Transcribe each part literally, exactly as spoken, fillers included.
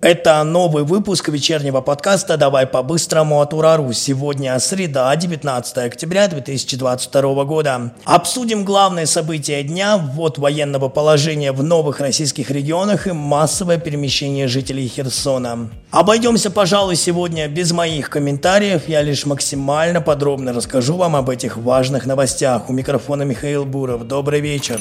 Это новый выпуск вечернего подкаста «Давай по-быстрому» от Ура.ру. Сегодня среда, девятнадцатое октября две тысячи двадцать второго года. Обсудим главные события дня, ввод военного положения в новых российских регионах и массовое перемещение жителей Херсона. Обойдемся, пожалуй, сегодня без моих комментариев. Я лишь максимально подробно расскажу вам об этих важных новостях. У микрофона Михаил Буров. Добрый вечер.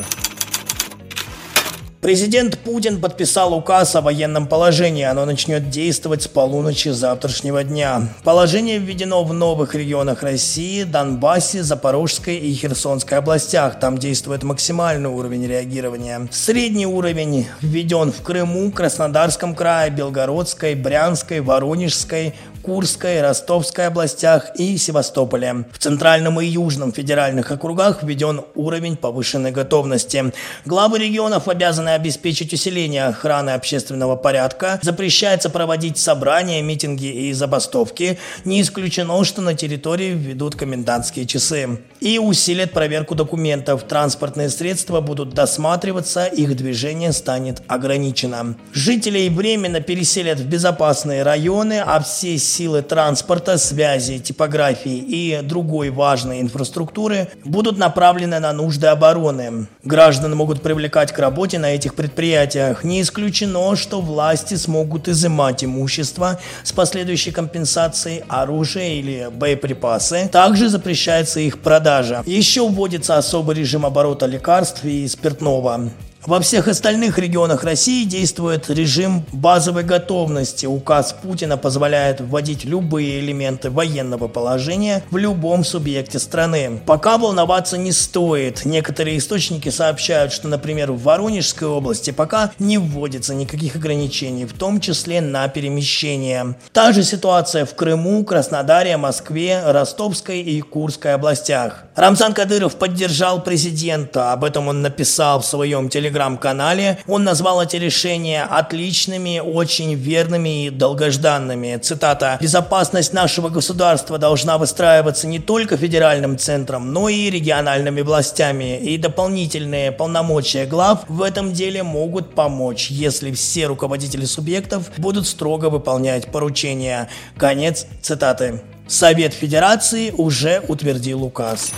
Президент Путин подписал указ о военном положении. Оно начнет действовать с полуночи завтрашнего дня. Положение введено в новых регионах России, Донбассе, Запорожской и Херсонской областях. Там действует максимальный уровень реагирования. Средний уровень введен в Крыму, Краснодарском крае, Белгородской, Брянской, Воронежской, Курской, Ростовской областях и Севастополе. В Центральном и Южном федеральных округах введен уровень повышенной готовности. Главы регионов обязаны обеспечить усиление охраны общественного порядка. Запрещается проводить собрания, митинги и забастовки. Не исключено, что на территории введут комендантские часы. И усилят проверку документов. Транспортные средства будут досматриваться, их движение станет ограничено. Жителей временно переселят в безопасные районы, а все силы транспорта, связи, типографии и другой важной инфраструктуры будут направлены на нужды обороны. Граждан могут привлекать к работе на этих предприятиях. Не исключено, что власти смогут изымать имущество с последующей компенсацией, оружия или боеприпасы. Также запрещается их продажа. Еще вводится особый режим оборота лекарств и спиртного. Во всех остальных регионах России действует режим базовой готовности. Указ Путина позволяет вводить любые элементы военного положения в любом субъекте страны. Пока волноваться не стоит. Некоторые источники сообщают, что, например, в Воронежской области пока не вводится никаких ограничений, в том числе на перемещение. Та же ситуация в Крыму, Краснодаре, Москве, Ростовской и Курской областях. Рамзан Кадыров поддержал президента. Об этом он написал в своем телеграм телеграм-канале. Он назвал эти решения отличными, очень верными и долгожданными. Цитата: «Безопасность нашего государства должна выстраиваться не только федеральным центром, но и региональными властями, и дополнительные полномочия глав в этом деле могут помочь, если все руководители субъектов будут строго выполнять поручения». Конец цитаты. Совет Федерации уже утвердил указ.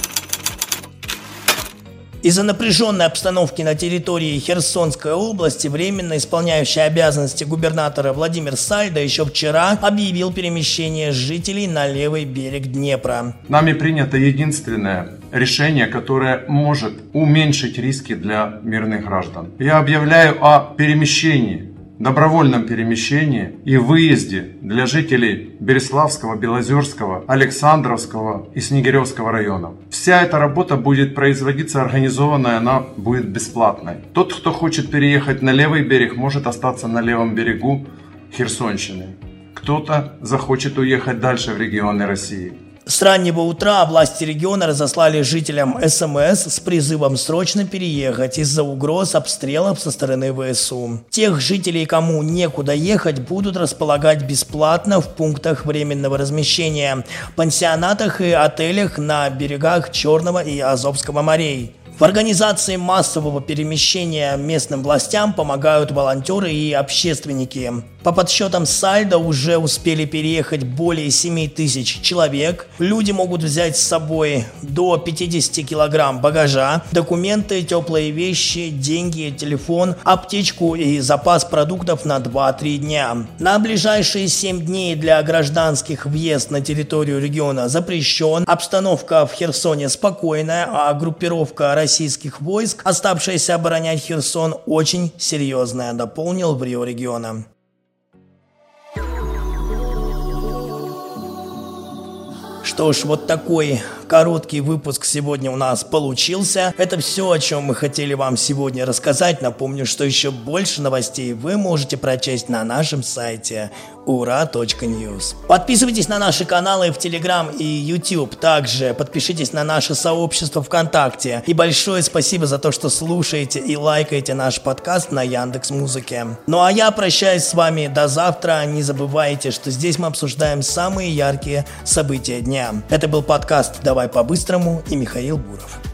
Из-за напряженной обстановки на территории Херсонской области временно исполняющий обязанности губернатора Владимир Сальдо еще вчера объявил перемещение жителей на левый берег Днепра. Нами принято единственное решение, которое может уменьшить риски для мирных граждан. Я объявляю о перемещении, добровольном перемещении и выезде для жителей Береславского, Белозерского, Александровского и Снегиревского районов. Вся эта работа будет производиться организованно, и она будет бесплатной. Тот, кто хочет переехать на левый берег, может остаться на левом берегу Херсонщины. Кто-то захочет уехать дальше в регионы России. С раннего утра власти региона разослали жителям эс эм эс с призывом срочно переехать из-за угроз обстрелов со стороны вэ эс у. Тех жителей, кому некуда ехать, будут располагать бесплатно в пунктах временного размещения, пансионатах и отелях на берегах Черного и Азовского морей. В организации массового перемещения местным властям помогают волонтеры и общественники. По подсчетам Сальдо уже успели переехать более семи тысяч человек. Люди могут взять с собой до пятидесяти килограмм багажа, документы, теплые вещи, деньги, телефон, аптечку и запас продуктов на два-три дня. На ближайшие семь дней для гражданских въезд на территорию региона запрещен. Обстановка в Херсоне спокойная, а группировка российских войск, оставшаяся оборонять Херсон, очень серьезная, дополнил в РИО региона. Что ж, вот такой короткий выпуск сегодня у нас получился. Это все, о чем мы хотели вам сегодня рассказать. Напомню, что еще больше новостей вы можете прочесть на нашем сайте ура точка ньюс. Подписывайтесь на наши каналы в Телеграм и YouTube. Также подпишитесь на наше сообщество ВКонтакте. И большое спасибо за то, что слушаете и лайкаете наш подкаст на Яндекс.Музыке. Ну а я прощаюсь с вами до завтра. Не забывайте, что здесь мы обсуждаем самые яркие события дня. Это был подкаст «Давай по-быстрому» и Михаил Буров.